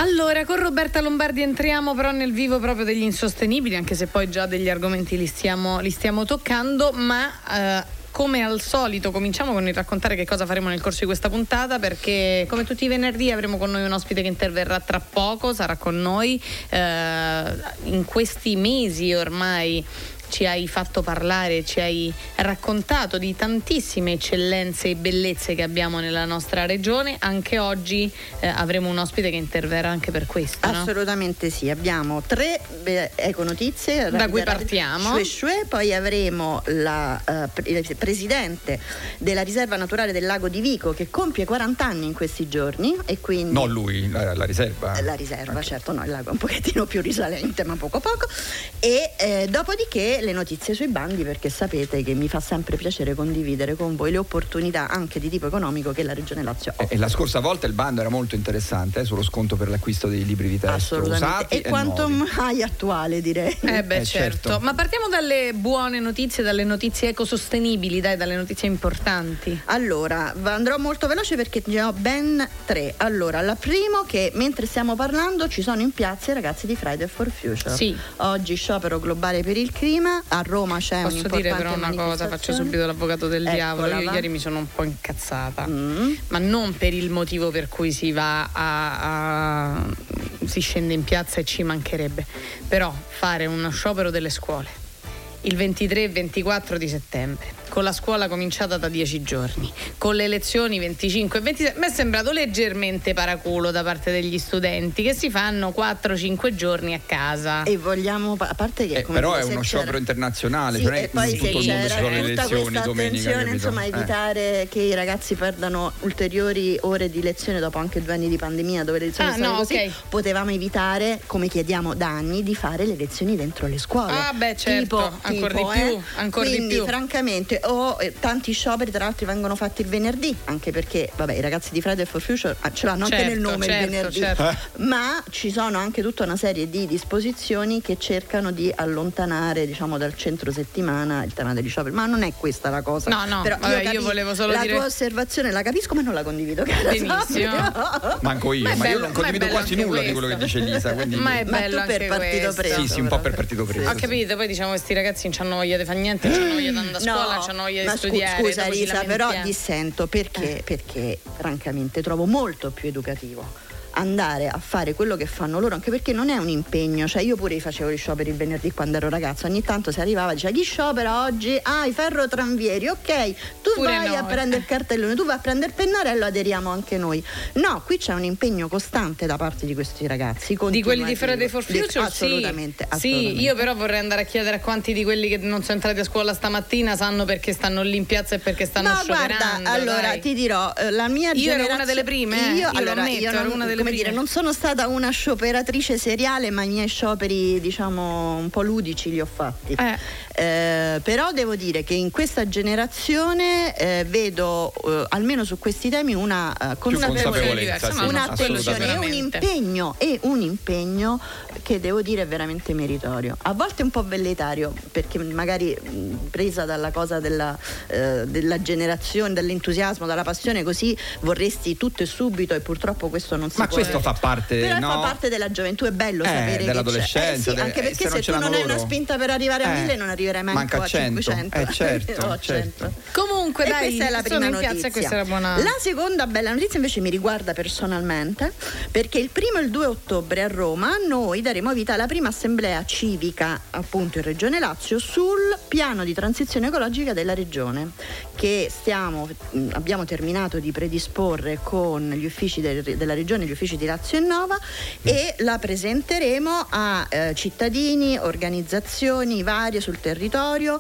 Allora, con Roberta Lombardi entriamo però nel vivo proprio degli insostenibili, anche se poi già degli argomenti li stiamo toccando, ma come al solito cominciamo con il raccontare che cosa faremo nel corso di questa puntata, perché come tutti i venerdì avremo con noi un ospite che interverrà tra poco, sarà con noi. In questi mesi ormai ci hai fatto parlare, ci hai raccontato di tantissime eccellenze e bellezze che abbiamo nella nostra regione. Anche oggi avremo un ospite che interverrà anche per questo, no? Assolutamente sì, abbiamo 3 econotizie da cui partiamo. Poi avremo il presidente della riserva naturale del lago di Vico, che compie 40 anni in questi giorni, e quindi non lui, la riserva. La riserva, certo, no, il lago è un pochettino più risalente, ma poco. E dopodiché le notizie sui bandi, perché sapete che mi fa sempre piacere condividere con voi le opportunità anche di tipo economico che la Regione Lazio ha. E la scorsa volta il bando era molto interessante, sullo sconto per l'acquisto dei libri di testo usati e quanto mai attuale, direi. Certo. Ma partiamo dalle buone notizie, dalle notizie ecosostenibili, dalle notizie importanti. Allora, andrò molto veloce perché ne ho ben 3. Allora, la prima, che mentre stiamo parlando ci sono in piazza i ragazzi di Friday for Future. Sì. Oggi sciopero globale per il clima. A Roma c'è un'importante manifestazione. Posso dire però una cosa, faccio subito l'avvocato del diavolo. Io ieri mi sono un po' incazzata, ma non per il motivo per cui si va si scende in piazza, e ci mancherebbe, però fare uno sciopero delle scuole il 23 e 24 di settembre, con la scuola cominciata da 10 giorni, con le lezioni 25 e 26, mi è sembrato leggermente paraculo da parte degli studenti, che si fanno 4-5 giorni a casa. E vogliamo, a parte che però è uno sciopero internazionale, cioè e poi in tutto il mondo ci sono le lezioni domenica, insomma, evitare che i ragazzi perdano ulteriori ore di lezione dopo anche 2 anni di pandemia, dove le lezioni sono così. Okay. Potevamo evitare, come chiediamo da anni, di fare le lezioni dentro le scuole. Certo, ancora di più. Francamente, tanti scioperi tra l'altro vengono fatti il venerdì, anche perché i ragazzi di Friday for Future ce l'hanno anche nel nome, il venerdì, ma ci sono anche tutta una serie di disposizioni che cercano di allontanare, diciamo, dal centro settimana il tema degli scioperi, ma non è questa la cosa. No, però io volevo solo la dire, tua osservazione la capisco, ma non la condivido, benissimo. Manco io, ma io non condivido quasi nulla di quello che dice Lisa, quindi ma è bello, ma tu per partito preso. Sì, un po' per partito preso. Ho capito, poi diciamo questi ragazzi non hanno voglia di fare niente, non hanno voglia di andare a scuola, non hanno voglia di studiare. Scusa Lisa, però dissento perché francamente trovo molto più educativo andare a fare quello che fanno loro, anche perché non è un impegno, cioè io pure facevo gli scioperi il venerdì quando ero ragazza, ogni tanto si arrivava e diceva chi sciopera oggi? I ferrotranvieri, ok, tu pure vai a prendere il cartellone, tu vai a prendere il pennarello, aderiamo anche noi. No, qui c'è un impegno costante da parte di questi ragazzi, di quelli di Friday for Future. Assolutamente. Sì, io però vorrei andare a chiedere a quanti di quelli che non sono entrati a scuola stamattina sanno perché stanno lì in piazza e perché stanno scioperando. Guarda, allora ti dirò, la mia generazione, ero una delle prime, io ero una delle prime. Non sono stata una scioperatrice seriale, ma i miei scioperi, diciamo, un po' ludici li ho fatti. Però devo dire che in questa generazione vedo almeno su questi temi una consapevolezza, un'attenzione e un impegno che devo dire è veramente meritorio, a volte un po' velletario, perché magari presa dalla cosa della generazione, dall'entusiasmo, dalla passione, così vorresti tutto e subito, e purtroppo questo non si può. Questo fa parte, però fa parte della gioventù, è bello sapere dell'adolescenza, che c'è. Anche perché se tu non hai una spinta per arrivare a 1000 non arriverai mai a 500. Certo. Comunque e questa è la prima notizia. Questa è buona. La seconda bella notizia invece mi riguarda personalmente, perché il 1° e il 2 ottobre a Roma noi daremo vita alla prima assemblea civica, appunto in Regione Lazio, sul piano di transizione ecologica della regione, che abbiamo terminato di predisporre con gli uffici della regione, gli uffici di Lazio Innova, e la presenteremo a cittadini, organizzazioni varie sul territorio,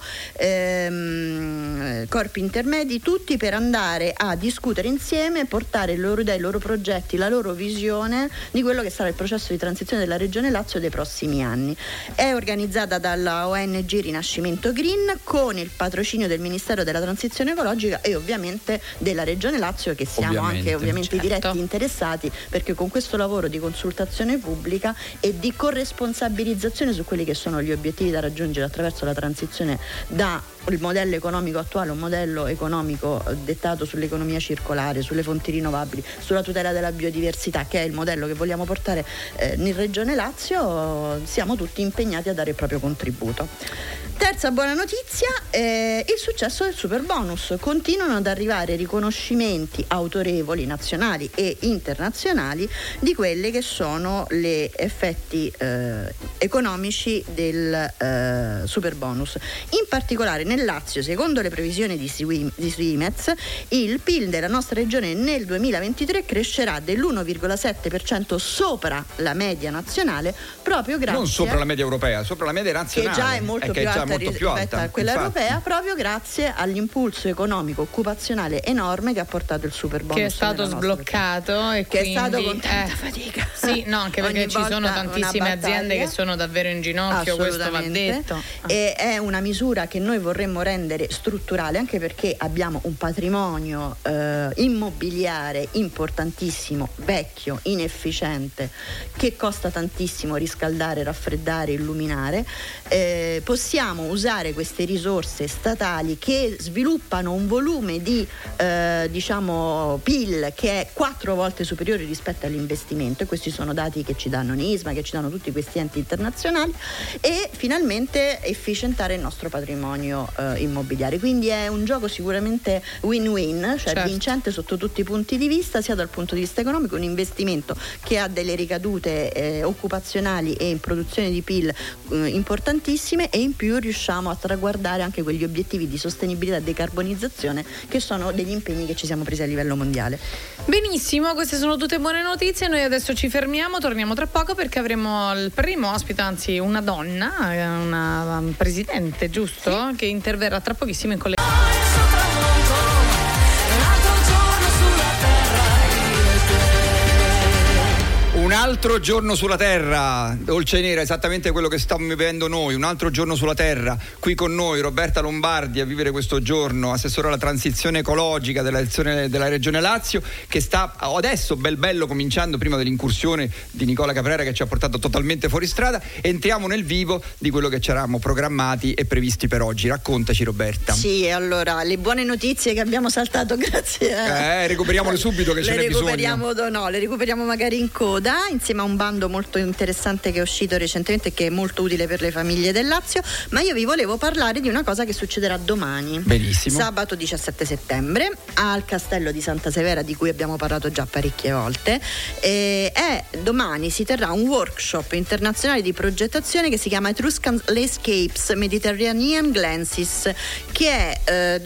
corpi intermedi, tutti per andare a discutere insieme, portare le loro idee, i loro progetti, la loro visione di quello che sarà il processo di transizione della Regione Lazio dei prossimi anni. È organizzata dalla ONG Rinascimento Green con il patrocinio del Ministero della Transizione Ecologica e ovviamente della Regione Lazio, che siamo anche ovviamente diretti interessati, perché con questo lavoro di consultazione pubblica e di corresponsabilizzazione su quelli che sono gli obiettivi da raggiungere attraverso la transizione da il modello economico attuale, un modello economico dettato sull'economia circolare, sulle fonti rinnovabili, sulla tutela della biodiversità, che è il modello che vogliamo portare in Regione Lazio, siamo tutti impegnati a dare il proprio contributo. Terza buona notizia, il successo del Superbonus. Continuano ad arrivare riconoscimenti autorevoli nazionali e internazionali di quelli che sono gli effetti economici del Superbonus. In particolare nel Lazio, secondo le previsioni di Svimez, il PIL della nostra regione nel 2023 crescerà dell'1,7% sopra la media nazionale, proprio grazie... Non sopra la media europea, sopra la media nazionale. Che già è molto più alta rispetto a quella europea, proprio grazie all'impulso economico occupazionale enorme che ha portato il Superbonus, che è stato sbloccato e che quindi, è stato con tanta fatica. Sì, no, anche perché ci sono tantissime aziende che sono davvero in ginocchio, questo va detto. E è una misura che noi vorremmo rendere strutturale, anche perché abbiamo un patrimonio immobiliare importantissimo, vecchio, inefficiente, che costa tantissimo riscaldare, raffreddare, illuminare. Possiamo usare queste risorse statali che sviluppano un volume di PIL che è 4 volte superiore rispetto all'investimento, e questi sono dati che ci danno NISMA, che ci danno tutti questi enti internazionali, e finalmente efficientare il nostro patrimonio immobiliare. Quindi è un gioco sicuramente win-win, cioè certo, vincente sotto tutti i punti di vista, sia dal punto di vista economico, un investimento che ha delle ricadute occupazionali e in produzione di PIL importantissime, e in più riusciamo a traguardare anche quegli obiettivi di sostenibilità e decarbonizzazione che sono degli impegni che ci siamo presi a livello mondiale. Benissimo, queste sono tutte buone notizie. Noi adesso ci fermiamo, torniamo tra poco perché avremo il primo ospite, anzi una donna, una presidente, giusto? Sì. Che interverrà tra pochissimo in collegamento. Un altro giorno sulla Terra, Dolce Nera, esattamente quello che stiamo vivendo noi, un altro giorno sulla Terra. Qui con noi Roberta Lombardi a vivere questo giorno, assessore alla transizione ecologica della Regione Lazio, che sta adesso bello cominciando, prima dell'incursione di Nicola Caprera che ci ha portato totalmente fuori strada. Entriamo nel vivo di quello che ci eravamo programmati e previsti per oggi. Raccontaci, Roberta. Sì, allora, le buone notizie che abbiamo saltato grazie recuperiamole subito, che ce n'è bisogno. Le recuperiamo magari in coda, insieme a un bando molto interessante che è uscito recentemente e che è molto utile per le famiglie del Lazio. Ma io vi volevo parlare di una cosa che succederà domani. Benissimo. Sabato 17 settembre al Castello di Santa Severa, di cui abbiamo parlato già parecchie volte. Domani si terrà un workshop internazionale di progettazione che si chiama Etruscan Landscapes Mediterranean Glances, che è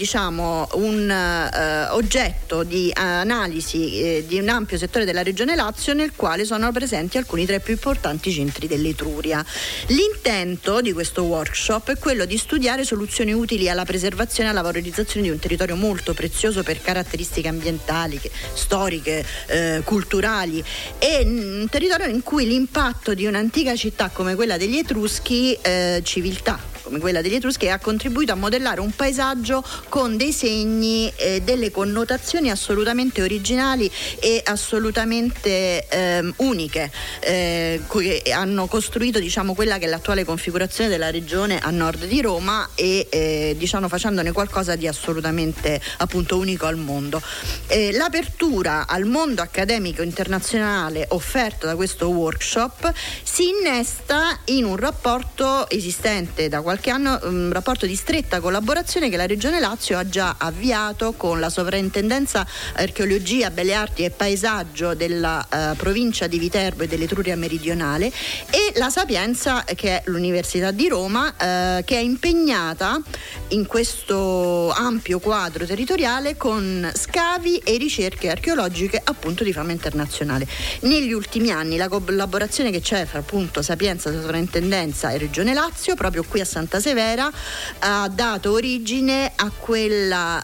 un oggetto di analisi di un ampio settore della regione Lazio, nel quale sono presenti alcuni tra i più importanti centri dell'Etruria. L'intento di questo workshop è quello di studiare soluzioni utili alla preservazione e alla valorizzazione di un territorio molto prezioso per caratteristiche ambientali, storiche, culturali, e un territorio in cui l'impatto di un'antica città come quella degli Etruschi, civiltà come quella degli Etruschi, ha contribuito a modellare un paesaggio con dei segni, delle connotazioni assolutamente originali e assolutamente uniche, che hanno costruito quella che è l'attuale configurazione della regione a nord di Roma, e facendone qualcosa di assolutamente appunto unico al mondo. L'apertura al mondo accademico internazionale offerto da questo workshop si innesta in un rapporto esistente da qualche anno, un rapporto di stretta collaborazione che la Regione Lazio ha già avviato con la Sovrintendenza Archeologia, Belle Arti e Paesaggio della provincia di Viterbo e dell'Etruria Meridionale, e la Sapienza, che è l'Università di Roma, che è impegnata in questo ampio quadro territoriale con scavi e ricerche archeologiche appunto di fama internazionale. Negli ultimi anni la collaborazione che c'è fra appunto Sapienza, Sovrintendenza e Regione Lazio, proprio qui a Santa Severa, ha dato origine a quella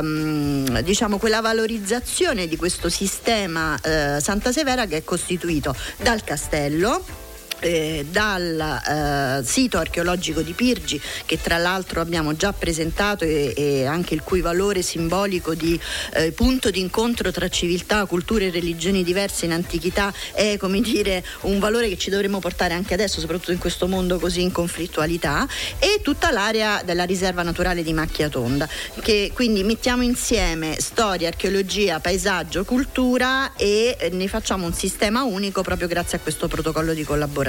quella valorizzazione di questo sistema Santa Severa, che è costituito dal castello, dal sito archeologico di Pirgi, che tra l'altro abbiamo già presentato e anche il cui valore simbolico di punto di incontro tra civiltà, culture e religioni diverse in antichità è, come dire, un valore che ci dovremmo portare anche adesso, soprattutto in questo mondo così in conflittualità, e tutta l'area della riserva naturale di Macchia Tonda, che quindi mettiamo insieme storia, archeologia, paesaggio, cultura e ne facciamo un sistema unico proprio grazie a questo protocollo di collaborazione.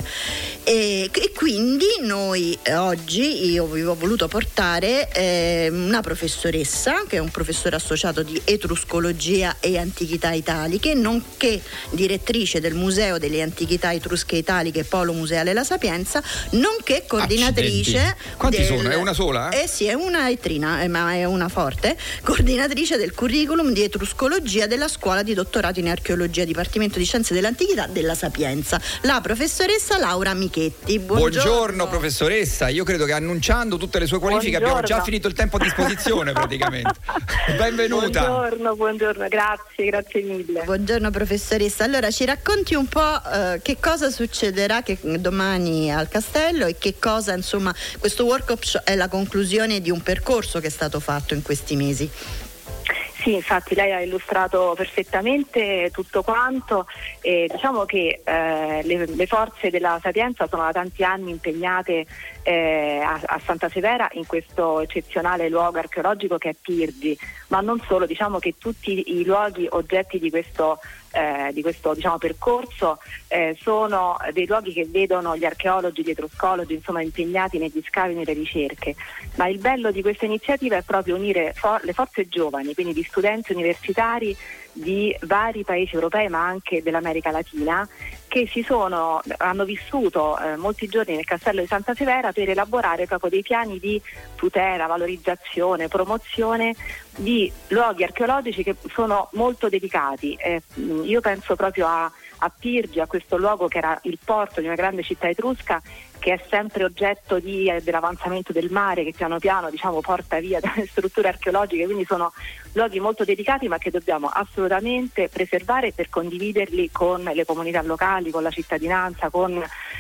E quindi noi oggi io vi ho voluto portare una professoressa che è un professore associato di etruscologia e antichità italiche, nonché direttrice del Museo delle Antichità Etrusche Italiche Polo Museale La Sapienza, nonché coordinatrice. Accidenti. Quanti sono? È una sola? Sì, è una ettrina, ma è una forte, coordinatrice del curriculum di etruscologia della Scuola di Dottorato in Archeologia, Dipartimento di Scienze dell'Antichità della Sapienza, la professoressa Laura Michetti. Buongiorno professoressa, io credo che annunciando tutte le sue qualifiche abbiamo già finito il tempo a disposizione praticamente. Benvenuta. Buongiorno, grazie mille. Buongiorno professoressa, allora ci racconti un po' che cosa succederà domani al castello e che cosa, insomma, questo workshop è la conclusione di un percorso che è stato fatto in questi mesi. Sì, infatti lei ha illustrato perfettamente tutto quanto, diciamo che le forze della Sapienza sono da tanti anni impegnate a Santa Severa in questo eccezionale luogo archeologico che è Pirgi, ma non solo, diciamo che tutti i luoghi oggetti di questo diciamo percorso sono dei luoghi che vedono gli archeologi, gli etruscologi insomma impegnati negli scavi, nelle ricerche, ma il bello di questa iniziativa è proprio unire le forze giovani, quindi di studenti universitari di vari paesi europei ma anche dell'America Latina, che hanno vissuto molti giorni nel castello di Santa Severa per elaborare proprio dei piani di tutela, valorizzazione, promozione di luoghi archeologici che sono molto delicati. Io penso proprio a Pirgi, a questo luogo che era il porto di una grande città etrusca, che è sempre oggetto dell'avanzamento del mare, che piano piano diciamo porta via dalle strutture archeologiche, quindi sono luoghi molto delicati ma che dobbiamo assolutamente preservare per condividerli con le comunità locali, con la cittadinanza, con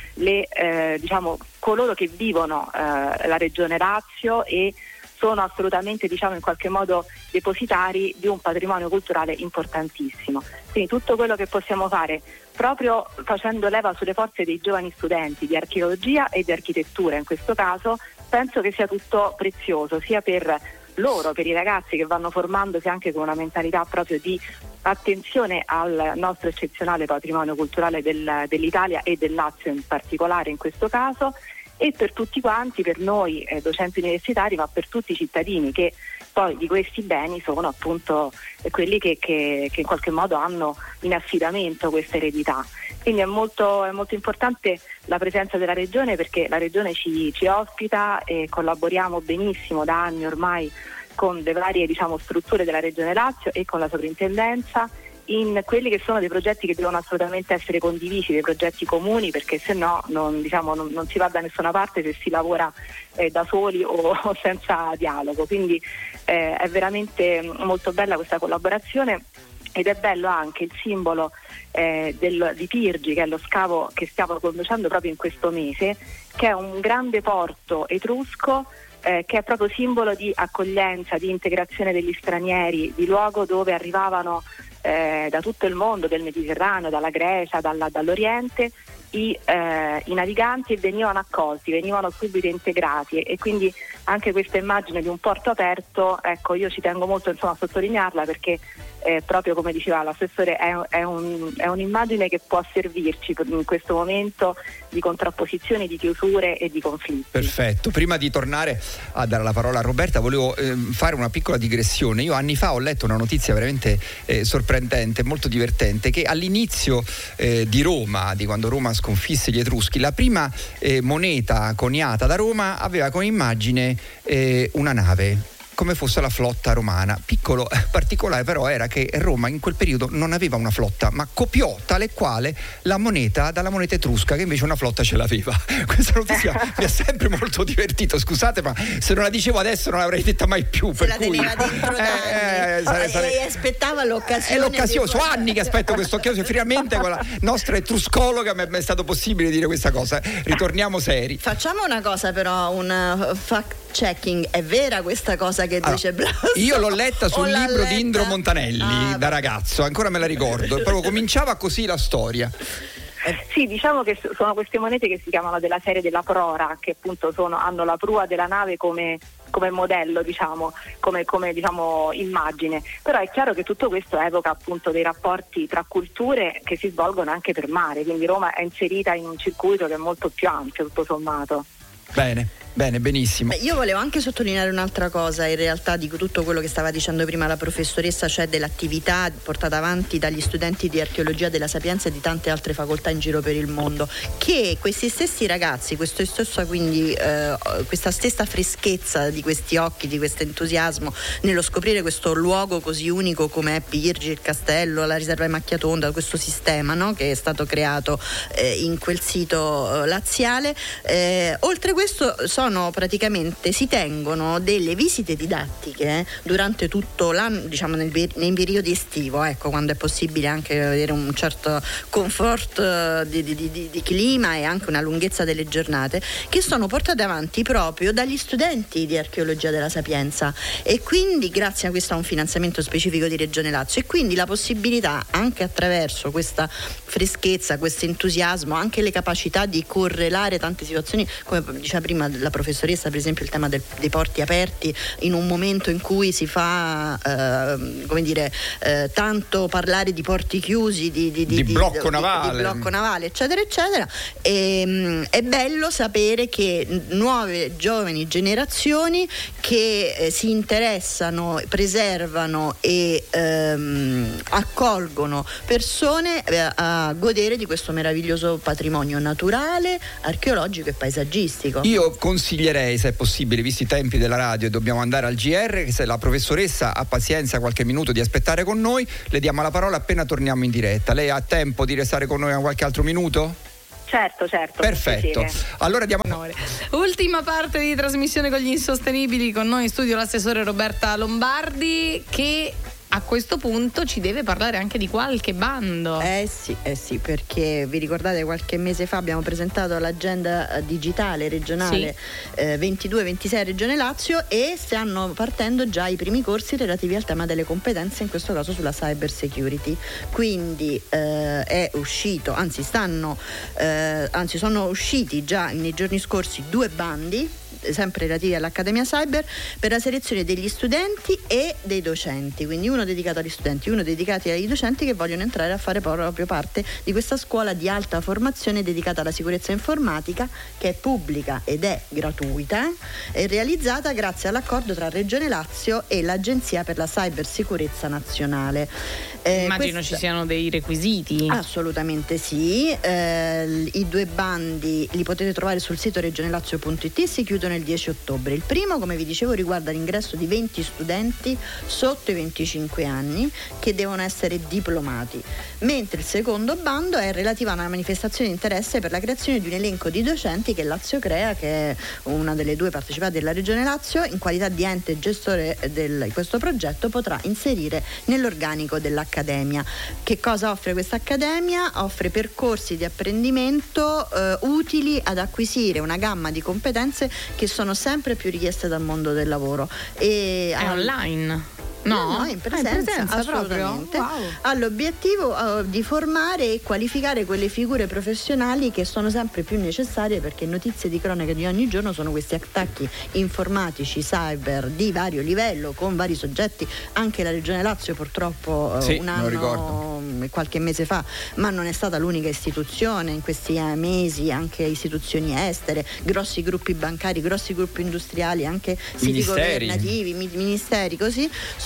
coloro che vivono la regione Lazio e sono assolutamente in qualche modo depositari di un patrimonio culturale importantissimo. Quindi tutto quello che possiamo fare proprio facendo leva sulle forze dei giovani studenti di archeologia e di architettura in questo caso, penso che sia tutto prezioso sia per loro, per i ragazzi che vanno formandosi anche con una mentalità proprio di attenzione al nostro eccezionale patrimonio culturale dell'Italia e del Lazio in particolare in questo caso, e per tutti quanti, per noi docenti universitari, ma per tutti i cittadini che poi di questi beni sono appunto quelli che in qualche modo hanno in affidamento questa eredità. Quindi è molto importante la presenza della Regione, perché la Regione ci ospita e collaboriamo benissimo da anni ormai con le varie strutture della Regione Lazio e con la Sovrintendenza in quelli che sono dei progetti che devono assolutamente essere condivisi, dei progetti comuni, perché se no non si va da nessuna parte se si lavora da soli o senza dialogo. Quindi è veramente molto bella questa collaborazione ed è bello anche il simbolo di Pirgi, che è lo scavo che stiamo conducendo proprio in questo mese, che è un grande porto etrusco che è proprio simbolo di accoglienza, di integrazione degli stranieri, di luogo dove arrivavano da tutto il mondo, del Mediterraneo, dalla Grecia, dall'Oriente, i naviganti, e venivano accolti, venivano subito integrati, e quindi anche questa immagine di un porto aperto, ecco, io ci tengo molto a sottolinearla, perché proprio come diceva l'assessore è un'immagine che può servirci in questo momento di contrapposizioni, di chiusure e di conflitti. Perfetto, prima di tornare a dare la parola a Roberta volevo fare una piccola digressione. Io anni fa ho letto una notizia veramente sorprendente, molto divertente, che all'inizio di Roma, di quando Roma sconfisse gli Etruschi, la prima moneta coniata da Roma aveva come immagine una nave. come fosse la flotta romana. Piccolo particolare però era che Roma in quel periodo non aveva una flotta, ma copiò tale quale la moneta dalla moneta etrusca, che invece una flotta ce l'aveva. Questa notizia mi ha sempre molto divertito, scusate, ma se non la dicevo adesso non l'avrei detta mai più. Se la teneva dentro da anni. E aspettava l'occasione. È l'occasione, sono anni che aspetto questa occasione, finalmente con la nostra etruscologa mi è stato possibile dire questa cosa. Ritorniamo seri. Facciamo una cosa però, un fact checking. È vera questa cosa che dice Blasto? Io l'ho letta sul libro di Indro Montanelli da ragazzo, ancora me la ricordo, proprio cominciava così la storia. Sì, diciamo che sono queste monete che si chiamano della serie della prora, che appunto hanno la prua della nave come modello, diciamo, come immagine. Però è chiaro che tutto questo evoca appunto dei rapporti tra culture che si svolgono anche per mare, quindi Roma è inserita in un circuito che è molto più ampio tutto sommato. Bene, benissimo. Io volevo anche sottolineare un'altra cosa in realtà di tutto quello che stava dicendo prima la professoressa, cioè dell'attività portata avanti dagli studenti di archeologia della Sapienza e di tante altre facoltà in giro per il mondo, che questi stessi ragazzi, questa stessa freschezza di questi occhi, di questo entusiasmo nello scoprire questo luogo così unico come è Pirgi, il castello, la riserva di Macchiatonda, questo sistema, no, che è stato creato in quel sito laziale, oltre questo si tengono delle visite didattiche durante tutto l'anno, diciamo nei periodi estivo, ecco, quando è possibile anche avere un certo comfort di clima e anche una lunghezza delle giornate, che sono portate avanti proprio dagli studenti di archeologia della Sapienza, e quindi grazie a questo a un finanziamento specifico di Regione Lazio, e quindi la possibilità anche attraverso questa freschezza, questo entusiasmo, anche le capacità di correlare tante situazioni, come diceva prima la professoressa, per esempio il tema dei porti aperti, in un momento in cui si fa tanto parlare di porti chiusi, di blocco navale, eccetera eccetera. È bello sapere che nuove giovani generazioni che si interessano, preservano e accolgono persone a godere di questo meraviglioso patrimonio naturale, archeologico e paesaggistico. Io consiglierei, se è possibile, visti i tempi della radio e dobbiamo andare al GR, che se la professoressa ha pazienza qualche minuto di aspettare con noi, le diamo la parola appena torniamo in diretta. Lei ha tempo di restare con noi qualche altro minuto? Certo. Perfetto. Allora diamo. Ultima parte di trasmissione con gli insostenibili, con noi in studio l'assessore Roberta Lombardi, che a questo punto ci deve parlare anche di qualche bando. Sì, perché vi ricordate qualche mese fa abbiamo presentato l'agenda digitale regionale 22-26 Regione Lazio, e stanno partendo già i primi corsi relativi al tema delle competenze, in questo caso sulla cyber security. Quindi è uscito, sono usciti già nei giorni scorsi 2 bandi sempre relativi all'Accademia Cyber per la selezione degli studenti e dei docenti, quindi uno dedicato agli studenti, uno dedicato ai docenti che vogliono entrare a fare proprio parte di questa scuola di alta formazione dedicata alla sicurezza informatica, che è pubblica ed è gratuita, e realizzata grazie all'accordo tra Regione Lazio e l'Agenzia per la Cybersicurezza Nazionale. Immagino ci siano dei requisiti. Assolutamente sì. I 2 bandi li potete trovare sul sito regionelazio.it, si chiudono il 10 ottobre. Il primo, come vi dicevo, riguarda l'ingresso di 20 studenti sotto i 25 anni che devono essere diplomati, mentre il secondo bando è relativo a una manifestazione di interesse per la creazione di un elenco di docenti che Lazio Crea, che è una delle 2 partecipate della Regione Lazio, in qualità di ente gestore di questo progetto, potrà inserire nell'organico dell'Accademia. Che cosa offre questa Accademia? Offre percorsi di apprendimento utili ad acquisire una gamma di competenze che sono sempre più richieste dal mondo del lavoro. È online? No, in presenza assolutamente. Wow. Ha l'obiettivo di formare e qualificare quelle figure professionali che sono sempre più necessarie, perché notizie di cronaca di ogni giorno sono questi attacchi informatici, cyber di vario livello, con vari soggetti. Anche la Regione Lazio purtroppo un anno e qualche mese fa, ma non è stata l'unica istituzione in questi mesi, anche istituzioni estere, grossi gruppi bancari, grossi gruppi industriali, anche siti governativi, ministeri, così sono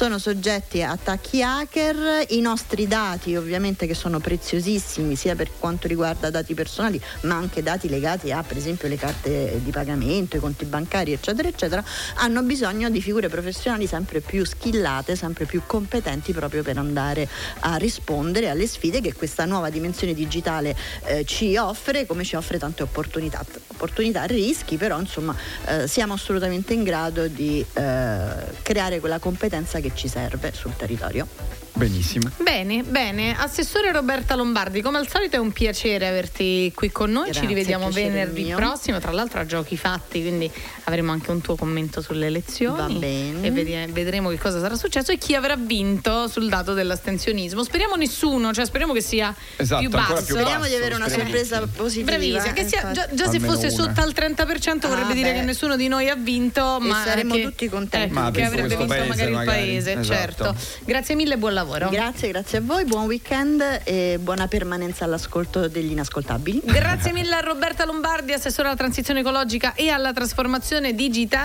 sono soggetti a attacchi hacker. I nostri dati, ovviamente, che sono preziosissimi sia per quanto riguarda dati personali ma anche dati legati a, per esempio, le carte di pagamento, i conti bancari, eccetera eccetera, hanno bisogno di figure professionali sempre più skillate, sempre più competenti, proprio per andare a rispondere alle sfide che questa nuova dimensione digitale ci offre, come ci offre tante opportunità, rischi, però insomma siamo assolutamente in grado di creare quella competenza che ci serve sul territorio. Benissimo. Bene. Assessore Roberta Lombardi, come al solito è un piacere averti qui con noi. Grazie, ci rivediamo venerdì mio. prossimo, tra l'altro a Giochi Fatti, quindi avremo anche un tuo commento sulle elezioni. Va bene. E vedremo che cosa sarà successo e chi avrà vinto sul dato dell'astensionismo. Speriamo nessuno, cioè speriamo che sia più basso. Speriamo di avere una sorpresa positiva. Bravissima, che sia, già se fosse sotto al 30% vorrebbe dire che nessuno di noi ha vinto, ma saremmo tutti contenti, che avrebbe vinto magari il paese, esatto. Certo. Grazie mille e buon lavoro. Grazie a voi, buon weekend e buona permanenza all'ascolto degli inascoltabili. Grazie mille a Roberta Lombardi, assessore alla transizione ecologica e alla trasformazione digitale.